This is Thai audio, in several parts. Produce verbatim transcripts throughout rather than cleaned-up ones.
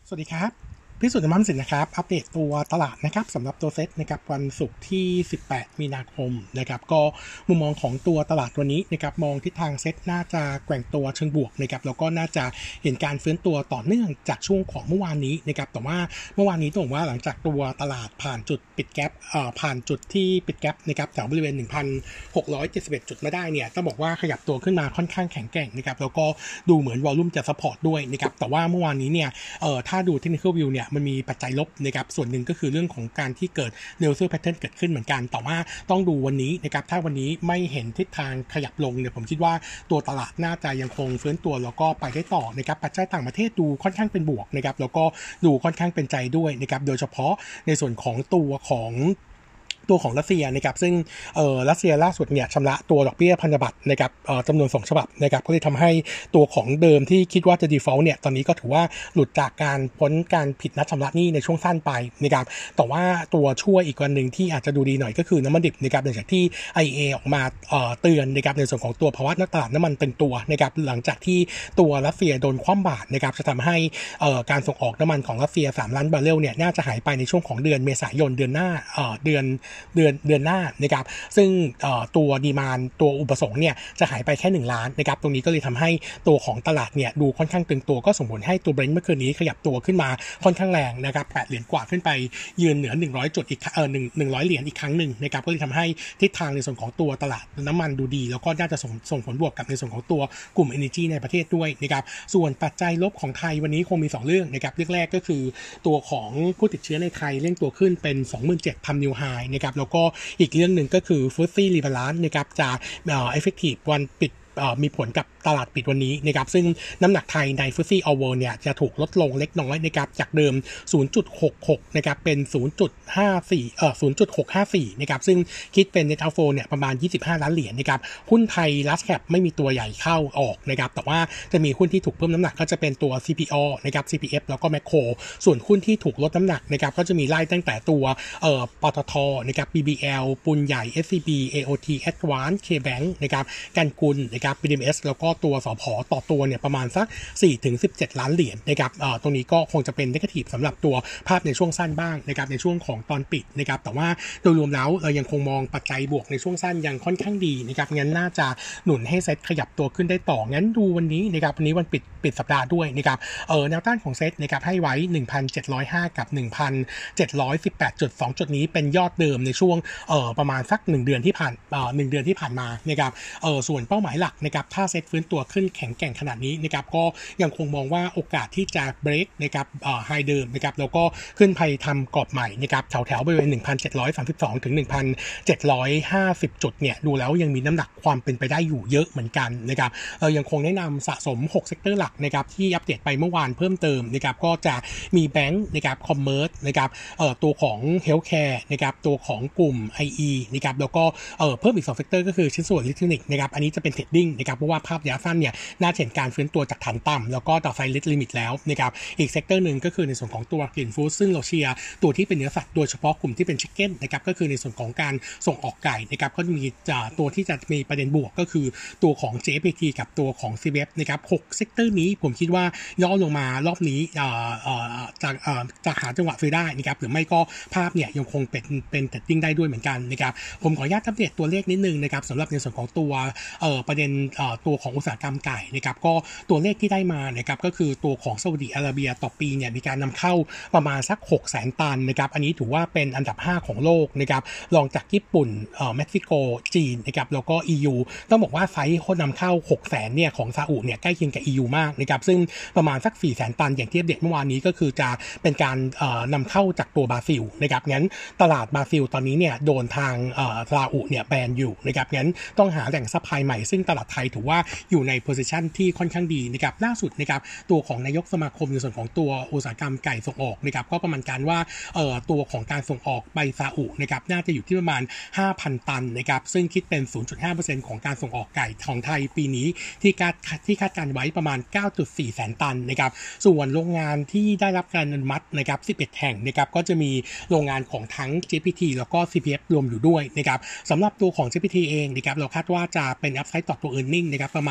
สวัสดีครับพิสุทธิ์น้ำมันสินนะครับอัปเดตตัวตลาดนะครับสำหรับตัวเซ็ตนะครับวันศุกร์ที่สิบแปดมีนาคมนะครับก็มุมมองของตัวตลาดวันนี้นะครับมองทิศทางเซ็ตน่าจะแกว่งตัวเชิงบวกนะครับแล้วก็น่าจะเห็นการฟื้นตัวต่อเนื่องจากช่วงของเมื่อวานนี้นะครับแต่ว่าเมื่อวานนี้ต้องบอกว่าหลังจากตัวตลาดผ่านจุดปิดแกปเอ่อผ่านจุดที่ปิดแกปนะครับแถวบริเวณ หนึ่งพันหกร้อยเจ็ดสิบเอ็ด จุดไม่ได้เนี่ยต้องบอกว่าขยับตัวขึ้นมาค่อนข้างแข็งแกร่งนะครับแล้วก็ดูเหมือนวอลลุ่มจะซัพพอร์ตด้วยนะครับแต่ว่าเมื่อวานนี้เนี่ยเอ่อถ้าดู technical view เนี่ยมันมีปัจจัยลบนะครับส่วนหนึ่งก็คือเรื่องของการที่เกิด Reversal Pattern เกิดขึ้นเหมือนกันแต่ว่าต้องดูวันนี้นะครับถ้าวันนี้ไม่เห็นทิศทางขยับลงเนี่ยผมคิดว่าตัวตลาดน่าจะยังคงฟื้นตัวแล้วก็ไปได้ต่อนะครับปัจจัยต่างประเทศดูค่อนข้างเป็นบวกนะครับแล้วก็ดูค่อนข้างเป็นใจด้วยนะครับโดยเฉพาะในส่วนของตัวของตัวของรัสเซียนะครับซึ่งเอ่อรัสเซียล่าสุดเนี่ยชำระตัวดอกเบี้ยพันธบัตรนะครับเอ่อจำนวนสองฉบับนะครับก็เลยทำให้ตัวของเดิมที่คิดว่าจะ default เนี่ยตอนนี้ก็ถือว่าหลุดจากการพ้นการผิดนัดชำระหนี้ในช่วงสั้นไปนะครับแต่ว่าตัวช่วยอีกวันหนึ่งที่อาจจะดูดีหน่อยก็คือน้ำมันดิบนะครับหลังจากที่ ไอ เอ ออกมาเอ่อเตือนนะครับในส่วนของตัวภาวะตลาดน้ำมันเป็นตัวนะครับหลังจากที่ตัวรัสเซียโดนคว่ำบาตรนะครับจะทำให้เอ่อการส่งออกน้ำมันของรัสเซียสามล้านบาร์เรลเนี่ยน่าจะหายไปในช่วงของเดือนเมษายนเดือนหน้าเอ่อเดือนเดือนเดือนหน้านะครับซึ่งตัวดีมานด์ตัวอุปสงค์เนี่ยจะหายไปแค่หนึ่งล้านนะครับตรงนี้ก็เลยทำให้ตัวของตลาดเนี่ยดูค่อนข้างตึงตัวก็ส่งผลให้ตัวเบรนท์เมื่อคืนนี้ขยับตัวขึ้นมาค่อนข้างแรงนะครับแปดเหรียญกว่าขึ้นไปยืนเหนือหนึ่งร้อยจุดอีกเอ่อ1 100เหรียญอีกครั้งหนึ่งนะครับก็เลยทำให้ทิศทางในส่วนของตัวตลาดน้ำมันดูดีแล้วก็น่าจะส่งส่งผลบวกกับในส่วนของตัวกลุ่ม Energy ในประเทศด้วยนะครับส่วนปัจจัยลบของไทยวันนี้คงมีสองเรื่องนะครับเรื่องแรกก็คือตัวของผู้ติดเชื้อในไทยเร่งตัวขึ้นเป็น สองหมื่นเจ็ดพัน นิวไฮนะครับแล้วก็อีกเรื่องหนึ่งก็คือ เอฟ ที เอ ซี Rebalance นะครับจะเอ่อ effective วันปิดมีผลกับตลาดปิดวันนี้นะครับซึ่งน้ำหนักไทยใน เอฟ ที เอ ซี All World เนี่ยจะถูกลดลงเล็กน้อยนะครับจากเดิม ศูนย์จุดหกหก นะครับเป็น ศูนย์จุดห้าสี่ เอ่อ ศูนย์จุดหกห้าสี่ นะครับซึ่งคิดเป็น Net Outflow เนี่ยประมาณยี่สิบห้าล้านเหรียญนะครับหุ้นไทย Large Cap ไม่มีตัวใหญ่เข้าออกนะครับแต่ว่าจะมีหุ้นที่ถูกเพิ่มน้ำหนักก็จะเป็นตัว ซี พี โอ นะครับ ซี พี เอฟ แล้วก็ Macro ส่วนหุ้นที่ถูกลดน้ำหนักนะครับก็จะมีไล่ตั้งแต่ตัวเอ่อปตทนะครับ บี บี แอล ปุนใหญ่ เอส ซี บี เอ โอ ที Advance K-Bank นะครับกันกุลนะครับ บี ดี เอ็ม เอส แล้วก็ตัวสผต่อตัวเนี่ยประมาณสัก สี่ถึงสิบเจ็ด ล้านเหรียญนะครับเอ่อตรงนี้ก็คงจะเป็นเนกาทีฟสำหรับตัวภาพในช่วงสั้นบ้างนะครับในช่วงของตอนปิดนะครับแต่ว่าโดยรวมแล้วเรายังคงมองปัจจัยบวกในช่วงสั้นยังค่อนข้างดีนะครับงั้นน่าจะหนุนให้เซ็ตขยับตัวขึ้นได้ต่องั้นดูวันนี้นะครับวันนี้วันปิดปิดสัปดาห์ด้วยนะครับเออแนวต้านของเซ็ตนะครับให้ไว้ หนึ่งพันเจ็ดร้อยห้า กับ หนึ่งพันเจ็ดร้อยสิบแปดจุดสอง จุดนี้เป็นยอดเดิมในช่วงเอ่อประมาณสักหนึ่งเดือนที่ผ่านเอ่อหนึ่งเดือนที่ผ่านมานะครับเออส่วนเป้าหมายหลักนะครับถ้าเซ็ตฟื้นตัวขึ้นแข็งแกร่งขนาดนี้นะครับก็ยังคงมองว่าโอกาสที่จะเบรกนะครับเอ่อไฮเดิมนะครับแล้วก็ขึ้นไปทำกรอบใหม่นะครับแถวๆบริเวณ หนึ่งพันเจ็ดร้อยสามสิบสอง ถึง หนึ่งพันเจ็ดร้อยห้าสิบ จุดเนี่ยดูแล้วยังมีน้ำหนักความเป็นไปได้อยู่เยอะเหมือนกันนะครับเรายังคงแนะนำสะสมหกเซกเตอร์หลักนะครับที่อัปเดตไปเมื่อวานเพิ่มเติมนะครับก็จะมีแบงค์นะครับคอมเมอร์สนะครับเอ่อตัวของเฮลท์แคร์นะครับตัวของกลุ่ม ไอ อี นะครับแล้วก็เอ่อเพิ่มอีกสองเซกเตอร์ก็คือชิ้นส่วนอิเล็กทรอนิกส์นะครับอันนี้จะเป็นเทรดดิ้งนะครับเพราะว่าภาพระยะสั้นเนี่ยน่าเห็นการฟื้นตัวจากฐานต่ำแล้วก็ต่อไซลิลิมิตแล้วนะครับอีกเซกเตอร์หนึ่งก็คือในส่วนของตัวกลิ่นฟู้ดซึ่งเราเชียร์ตัวที่เป็นเนื้อสัตว์โดยเฉพาะกลุ่มที่เป็นชิคเก้นนะครับก็คือในส่วนของการส่งออกไก่นะครับก็จะมีตัวที่จะมีประเด็นบวกก็คือตัวของ เจ เอฟ พี ที กับตัวของ ซี บี เอฟ นะครับหกเซกเตอร์นี้ผมคิดว่าย่อลงมารอบนี้เอ่อเอ่อจะเอ่อจะหาจังหวะซื้อได้นะครับหรือไม่ก็ภาพเนี่ยยังคงเป็นเป็นเทรดดิ้งได้ด้วยเหมือนกันนะครับผมขออนุญาตอัปเดตตัวเลขนิดนึงนะครับสำหรับในส่วนของตัวเอ่อประเด็นเอ่อตัวของอุตสาหกรรมไก่นะครับก็ตัวเลขที่ได้มานะครับก็คือตัวของซาอุดิอาระเบียต่อปีเนี่ยมีการนำเข้าประมาณสักหกแสนตันนะครับอันนี้ถือว่าเป็นอันดับห้าของโลกนะครับรองจากญี่ปุ่นเอ่อเม็กซิโกจีนนะครับแล้วก็ อี ยู ต้องบอกว่าไซส์คนนำเข้าหกแสนเนี่ยของซาอุเนี่ยใกล้เคียงกับ อี ยู มากนะครับซึ่งประมาณสักสี่แสนตันอย่างที่อัปเดตเมื่อวานนี้ก็คือจะเป็นการเอ่อนำเข้าจากตัวบราซิลนะครับงั้นตลาดบราซิลตอนนี้เนี่ยโดนทางเอ่อซาอุเนี่ยแบนอยู่นะครับงั้นต้องหาแหล่งซัพพลายใหม่ซึ่งตลาดไทยถือว่าอยู่ในโพซิชันที่ค่อนข้างดีนะครับล่าสุดนะครับตัวของนายกสมาคมในส่วนของตัวอุตสาหกรรมไก่ส่งออกนะครับก็ประมาณการว่าเอ่อตัวของการส่งออกไปซาอุนะครับน่าจะอยู่ที่ประมาณ ห้าพัน ตันนะครับซึ่งคิดเป็น ศูนย์จุดห้าเปอร์เซ็นต์ ของการส่งออกไก่ของไทยปีนี้ที่คาดที่คาดการไว้ประมาณ เก้าจุดสี่ แสนตันนะครับส่วนโรงงานที่ได้รับการอนุมัตินะครับสิบเอ็ดแห่งนะครับก็จะมีโรงงานของทั้ง เจ พี ที แล้วก็ ซี พี เอฟ รวมอยู่ด้วยนะครับสำหรับตัวของ เจ พี ที เองนะครับเราคาดว่าจะเป็นอัพไซด์ต่อตัว earning นะครับประมาณ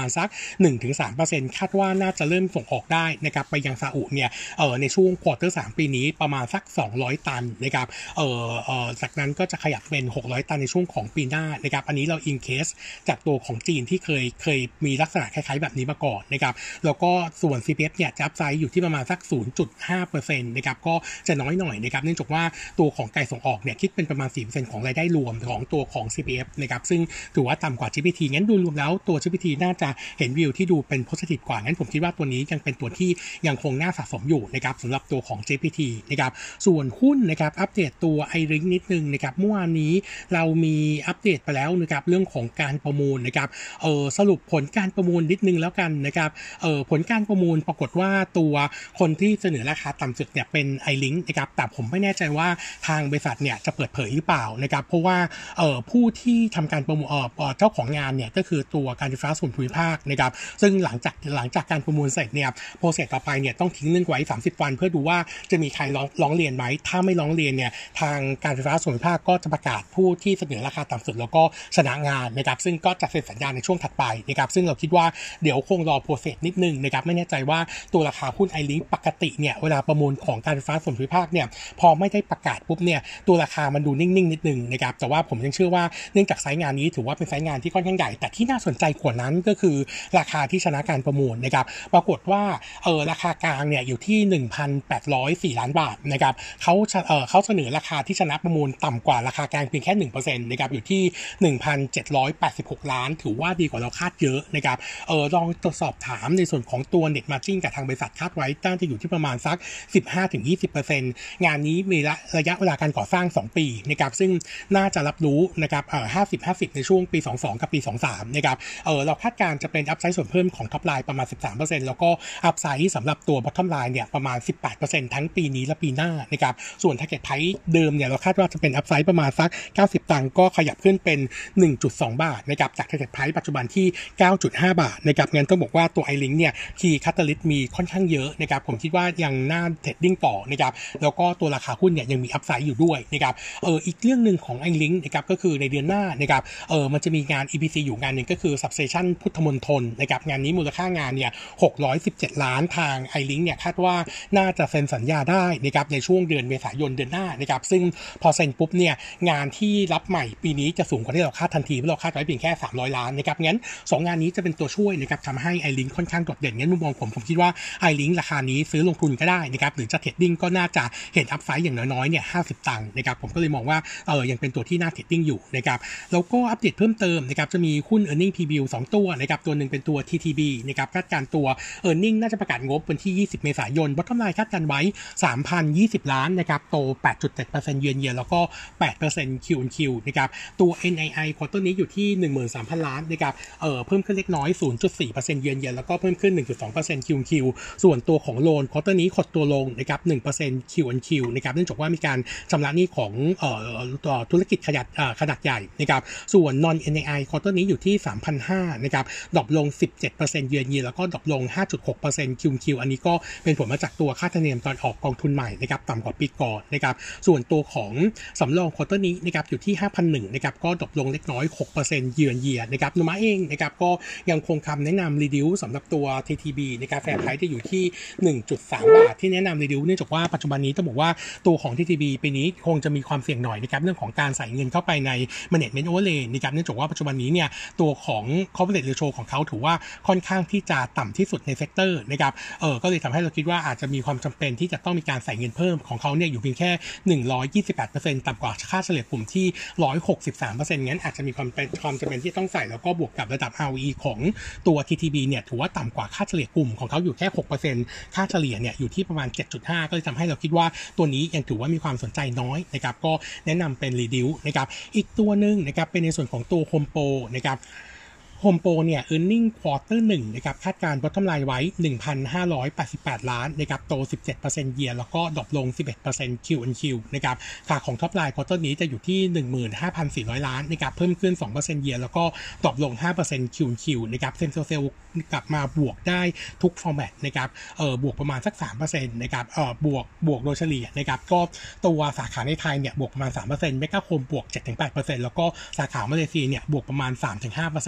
มาณสัก หนึ่งถึงสามเปอร์เซ็นต์ คาดว่าน่าจะเริ่มส่งออกได้นะครับไปยังซาอุเนี่ยเอ่อในช่วงควอเตอร์สามปีนี้ประมาณสักสองร้อยตันนะครับเอ่อเอ่อจากนั้นก็จะขยับเป็นหกร้อยตันในช่วงของปีหน้านะครับอันนี้เราอินเคสจากตัวของจีนที่เคยเคยมีลักษณะคล้ายๆแบบนี้มาก่อนนะครับแล้วก็ส่วน ซี พี เอฟ เนี่ยจะอัพไซด์อยู่ที่ประมาณสัก ศูนย์จุดห้าเปอร์เซ็นต์ นะครับก็จะน้อยหน่อยนะครับเนื่องจากว่าตัวของไก่ส่งออกเนี่ยคิดเป็นประมาณ สี่เปอร์เซ็นต์ ของรายได้รวมของตัวของ ซี พี เอฟ นะครับซึ่งถือว่าต่ำกว่า จี พี ที งั้นดูรวมแล้วตัว จี พี ที น่าจะเห็นวิวที่ดูเป็น positive กว่างั้นผมคิดว่าตัวนี้ยังเป็นตัวที่ยังคงน่าสะสมอยู่นะครับสำหรับตัวของ จี พี ที นะครับส่วนหุ้นนะครับอัปเดตตัว iRing นิดนึงนะครับเมื่อวานนี้เรามีอัปเดตไปแล้วนะครับเรื่องของการประมูลนะครับเออสรุปผลการประมูลนิดนึงแล้วกันนะครับเออผลการประมูลปรากฏว่าตัวคนที่เสนอราคาต่ำสุดเนี่ยเป็น iRing นะครับแต่ผมไม่แน่ใจว่าทางบริษัทเนี่ยจะเปิดเผยหรือเปล่านะครับเพราะว่าเออผู้ที่ทำการประมูลเออเจ้าของงานเนี่ยก็คือตัวการไฟฟ้าส่วนภูมิภาคนะครับซึ่งหลังจากหลังจากการประมูลเสร็จเนี่ยโปรเซสต่อไปเนี่ยต้องทิ้งเงื่อนไว้สามสิบวันเพื่อดูว่าจะมีใครร้องร้องเรียนไหมถ้าไม่ร้องเรียนเนี่ยทางการไฟฟ้าส่วนภูมิภาคก็จะประกาศผู้ที่เสนอราคาต่ำสุดแล้วก็ชนะงานนะครับซึ่งก็จะเซ็นสัญญาในช่วงถัดไปนะครับซึ่งเราคิดว่าเดี๋ยวคงรอโปรเซสนิดนึงนะครับไม่แน่ใจว่าตัวราคาหุ้น iRing ปกติเนี่ยเวลาประมูลของการไฟฟ้าส่วนภูมิภาคเนี่ยพอไม่ได้ประกาศปุ๊บเนี่ยตัวราคามันดูนิ่งๆนิดนึงนะครับแต่ว่าผมยังเชื่อว่าเนื่องจากไซต์งานนี้ถือว่าเป็นไซต์งานที่ค่อนข้างใหญ่แต่ที่น่าสนใจกว่านั้นก็คือราคาที่ชนะการประมูลนะครับปรากฏว่าเออราคากลางเนี่ยอยู่ที่ หนึ่งพันแปดร้อยสี่ ล้านบาทนะครับเขาเออเขาเสนอราคาที่ชนะประมูลต่ำกว่าราคากลางเพียงแค่ หนึ่งเปอร์เซ็นต์ นะครับอยู่ที่ หนึ่งพันเจ็ดร้อยแปดสิบหก ล้านถือว่าดีกว่าเราคาดเยอะนะครับเออลองตรวจสอบถามในส่วนของตัว Net Margin กับทางบริษัทคาดไว้น่าจะอยู่ที่ประมาณสัก สิบห้าถึงยี่สิบเปอร์เซ็นต์ งานนี้มีระยะเวลาการก่อสร้างสองปีนะครับซึ่งน่าจะรับรู้นะครับเอ่อห้าสิบ ห้าสิบในช่วงปีสองสิบสองกับปีสองสิบสามนะครับเออเราคาดการจะเป็นอัพไซด์ส่วนเพิ่มของท็อปไลน์ประมาณ สิบสามเปอร์เซ็นต์ แล้วก็อัพไซด์สำหรับตัวบอททอมไลน์เนี่ยประมาณ สิบแปดเปอร์เซ็นต์ ทั้งปีนี้และปีหน้านะครับส่วน Target Price เดิมเนี่ยเราคาดว่าจะเป็นอัพไซด์ประมาณสักเก้าสิบตังค์ก็ขยับขึ้นเป็น หนึ่งจุดสอง บาทนะครับจาก Target Price ปัจจุบันที่ เก้าจุดห้า บาทนะครับงั้นต้องบอกว่าตัว iRing เนี่ยคีย์แคตตาลิสต์มีค่อนข้างเยอะนะครับผมคิดว่ายังน่าเทรดดิ้งต่อนะครับแล้วก็ตัวราคาหุ้นเนี่ยยังมีอัพไซด์อยู่ด้วยนะครับเอออีกเรื่องนึงของ iRing นะครับก็คือในเดือนหน้านะครับเออมันจะมีงาน อี พี ซี อยู่งานนึงก็คือ Substation พุทธมณฑลนะครับงานนี้มูลค่างานเนี่ยหกร้อยสิบเจ็ดล้านทาง iRing เนี่ยคาดว่าน่าจะเซ็นสัญญาได้นะครับในช่วงเดือนเมษายนเดือนหน้านะครับซึ่งพอเซ็นปุ๊บเนี่ยงานที่รับใหม่ปีนี้จะสูงกว่าที่เราคาดทันทีเพราะเราคาดไว้เพียงแค่สามร้อยล้านนะครับงั้นสองงานนี้จะเป็นตัวช่วยนะครับทำให้ iRing ค่อนข้างโดดเด่นงั้นมุมมองผมผมคิดว่า iRing ราคานี้ซื้อลงทุนก็ได้นะครับหรือจะเทรดดิ้งก็น่าจะเห็นอัพไซด์อย่างน้อยๆเนี่ยห้าสิบตังค์นะครับผมก็เลยมองว่าเออยังเป็นตัวที่น่าเทรดดิ้งอยู่นะครับแล้วก็อัปเดตเพิ่มเติมนะครับจะมีหุ้น earning preview สองตัวนะครับตัวหนึ่งเป็นตัว ที ที บี นะครับคาดการตัว earning น่าจะประกาศงบวันที่ยี่สิบเมษายน bottom line คาดการไว้ สามพันยี่สิบ ล้านนะครับโต แปดจุดเจ็ดเปอร์เซ็นต์ year on year แล้วก็ แปดเปอร์เซ็นต์ Q on Q นะครับตัว เอ็น ไอ ไอ quarter นี้อยู่ที่ หนึ่งหมื่นสามพัน ล้านนะครับเอ่อเพิ่มขึ้นเล็กน้อย ศูนย์จุดสี่เปอร์เซ็นต์ year on year แล้วก็เพิ่มขึ้น หนึ่งจุดสองเปอร์เซ็นต์ Q on Q ส่วนตัวของโลน quarter นี้หดตัวลงนะครับ หนึ่งเปอร์เซ็นต์ Q on Q นะครับเนื่องจากว่ามีการชำระหนี้ของเอ่อธุรกิจขนาดขนาดใหญ่นะครับส่วน non เอ็น ไอ ไอ quarter นี้อยู่ที่ สามพันห้าร้อย นะครับดรอปลง สิบเจ็ดเปอร์เซ็นต์ year on year แล้วก็ดรอปลง ห้าจุดหกเปอร์เซ็นต์ Q on Q อันนี้ก็เป็นผลมาจากตัวค่าธรรมเนียมตอนออกกองทุนใหม่นะครับต่ำกว่าปีก่อนนะครับส่วนตัวของสำรอง quarter นี้นะครับอยู่ที่ ห้าพันหนึ่งร้อย นะครับก็ดรอปลงเล็กน้อย หกเปอร์เซ็นต์ year on year นะครับนุมะเองนะครับก็ยังคงคำแนะนำ reduce สำหรับตัว ที ที บี นะครับ fair price จะอยู่ที่ หนึ่งจุดสาม บาทที่แนะนำ reduce เนื่องจากว่าปัจจุบันนี้ต้องบอกว่าตัวของ ที ที บี ปีนี้คงจะมีความเสี่ยงหน่อยนะครับเรื่องของการใส่เงินเข้าไปใน management overlay นะครับเนื่องจากว่าปัจจุบันนี้เนี่ยตัวของ corporate ratio ของเขาถือว่าค่อนข้างที่จะต่ำที่สุดในเซกเตอร์นะครับเออก็เลยทำให้เราคิดว่าอาจจะมีความจำเป็นที่จะต้องมีการใส่เงินเพิ่มของเขาเนี่ยอยู่เพียงแค่ หนึ่งร้อยยี่สิบแปดเปอร์เซ็นต์ ต่ำกว่าค่าเฉลี่ยกลุ่มที่ หนึ่งร้อยหกสิบสามเปอร์เซ็นต์ งั้นอาจจะมีความเป็นความจำเป็นที่ต้องใส่แล้วก็บวกกับระดับ อาร์ โอ อี ของตัว ที ที บี เนี่ยถือว่าต่ำกว่าค่าเฉลี่ยกลุ่มของเขาอยู่แค่ หกเปอร์เซ็นต์ ค่าเฉลี่ยเนี่ยอยู่ที่ประมาณ เจ็ดจุดห้า ก็เลยทำให้เราคิดว่าตัวนี้ยังถือว่ามีความสนใจน้อยนะครับก็แนะนำเป็น reduce นะครับอีกตัวนึงนะครับเป็นในส่วนของตัว Home Pro นะครับHome Pro เนี่ย earning quarter หนึ่งนะครับคาดการ bottom line ไว้ หนึ่งพันห้าร้อยแปดสิบแปด ล้านนะครับโต สิบเจ็ดเปอร์เซ็นต์ year แล้วก็ดรอปลง สิบเอ็ดเปอร์เซ็นต์ Q on Q นะครับค่าของ top line quarter นี้จะอยู่ที่ หนึ่งหมื่นห้าพันสี่ร้อย ล้านนะครับเพิ่มขึ้น สองเปอร์เซ็นต์ year แล้วก็ดรอปลง ห้าเปอร์เซ็นต์ Q on Q นะครับเซนเซอร์เซลกลับมาบวกได้ทุก format นะครับเอ่อบวกประมาณสัก สามเปอร์เซ็นต์ นะครับเอ่อบวกบวกโดยเฉลี่ยนะครับก็ตัวสาขาในไทยเนี่ยบวกประมาณ สามเปอร์เซ็นต์ เมกะโฮมบวก เจ็ดถึงแปดเปอร์เซ็นต์ แล้วก็สาขามาเลเซียเนี่ยบวกประมาณ สามถึงห้าเปอร์เซ็นต์ งั้นต้อง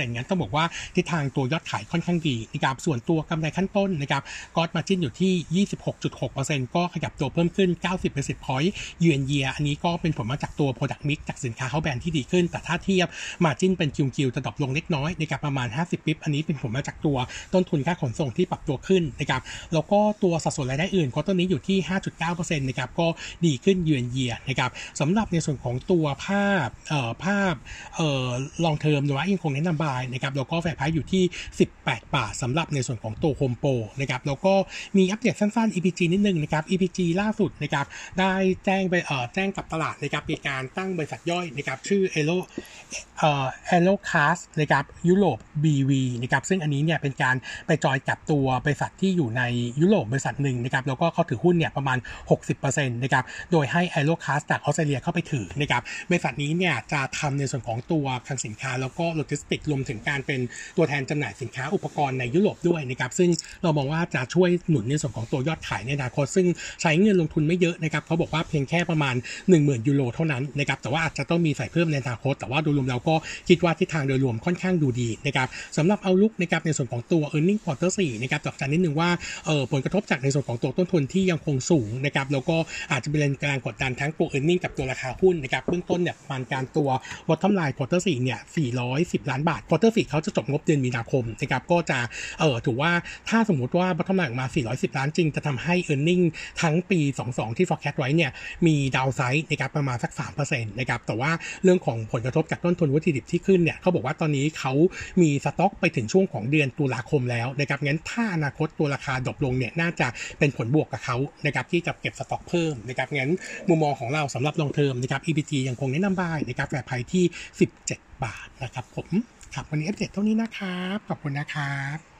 บอกว่าทิศทางตัวยอดขายค่อนข้างดีนะครับส่วนตัวกำไรขั้นต้นนะครับกอสมาร์จิ้นอยู่ที่ ยี่สิบหกจุดหกเปอร์เซ็นต์ ก็ขยับตัวเพิ่มขึ้นเก้าสิบ basis point year on year อันนี้ก็เป็นผลมาจากตัว product mix จากสินค้าเข้าแบรนด์ที่ดีขึ้นแต่ถ้าเทียบ margin เป็น คิว คิว จะดรอปลงเล็กน้อยนะครับประมาณห้าสิบปิ๊บอันนี้เป็นผลมาจากตัวต้นทุนค่าขนส่งที่ปรับตัวขึ้นนะครับแล้วก็ตัวสัดส่วนรายได้อื่นควอเตอร์นี้อยู่ที่ ห้าจุดเก้าเปอร์เซ็นต์ นะครับก็ดีขึ้น year on year นะครับสำหรับในส่วนของตัวภาพเอ่อภาพเอ่อ long term หรือว่ายังคงแนะนำบายนะครับแล้วก็แฟร์ไพรซ์อยู่ที่สิบแปดบาทสำหรับในส่วนของตัว Home Pro นะครับแล้วก็มีอัปเดตสั้นๆ อี พี จี นิดนึงนะครับ อี พี จี ล่าสุดนะครับได้แจ้งไปเอ่อแจ้งกับตลาดนะครับมีการตั้งบริษัทย่อยนะครับชื่อ Aero เอ่อ Aerocast นะครับยุโรป บี วี นะครับซึ่งอันนี้เนี่ยเป็นการไปจอยกับตัวบริษัทที่อยู่ในยุโรปบริษัทหนึ่งนะครับแล้วก็เขาถือหุ้นเนี่ยประมาณ หกสิบเปอร์เซ็นต์ นะครับโดยให้ Aerocast จากออสเตรเลียเข้าไปถือนะครับบริษัทนี้เนี่ยจะทำในส่วนของตัวคลังสินค้าแล้วก็โลจิสติกส์รวมถึงการเป็นตัวแทนจำหน่ายสินค้าอุปกรณ์ในยุโรปด้วยนะครับซึ่งเรามองว่าจะช่วยหนุนในส่วนของตัวยอดขายในอนาคตซึ่งใช้เงินลงทุนไม่เยอะนะครับเขาบอกว่าเพียงแค่ประมาณ หนึ่งหมื่น ยูโรเท่านั้นนะครับแต่ว่าอาจจะต้องมีใส่เพิ่มในอนาคตแต่ว่าโดยรวมแล้วก็คิดว่าทิศทางโดยรวมค่อนข้างดูดีนะครับสำหรับเอาลุกนะครับในส่วนของตัว earning quarter สี่นะครับตอกจันนิดนึงว่าเอ่อผลกระทบจากในส่วนของตัวต้นทุนที่ยังคงสูงนะครับแล้วก็อาจจะเป็นการกดดันทั้งตัว earning กับตัวราคาหุ้นนะครับเบื้องต้นเนี่ยประมาณการตัว bottom line quarter สี่เนี่ยสี่ร้อยสิบล้านบาท quarter สี่เขาจะจบงบเดือนมีนาคมนะครับก็จะเอ่อถือว่าถ้าสมมุติว่า bottom line ออกมาสี่ร้อยสิบล้านจริงจะทำให้ earning ทั้งปีสองสิบสองที่ forecast ไว้เนี่ยมีดาวไซด์นะครับประมาณสัก สามเปอร์เซ็นต์ นะครับแต่ว่าเรื่องของผลกระทบจากต้นทุนวัตถุดิบที่ขึ้นเนี่ยเขาบอกว่าตอนนี้เขามีสต็อกไปถึงช่วงของเดือนตุลาคมแล้วนะครับงั้นถ้าอนาคตตัวราคาดรอปลงเนี่ยน่าจะเป็นผลบวกกับเขานะครับที่จะเก็บสต็อกเพิ่มนะครับงั้นมุมมองของเราสำหรับลองเทอมนะครับ อี พี จี ยังคงแนะนำบายนะครับแฟร์ไพรซ์ที่สิบเจ็ดบาทนะครับผมครับวันนี้อัปเดตเท่านี้นะครับขอบคุณนะครับ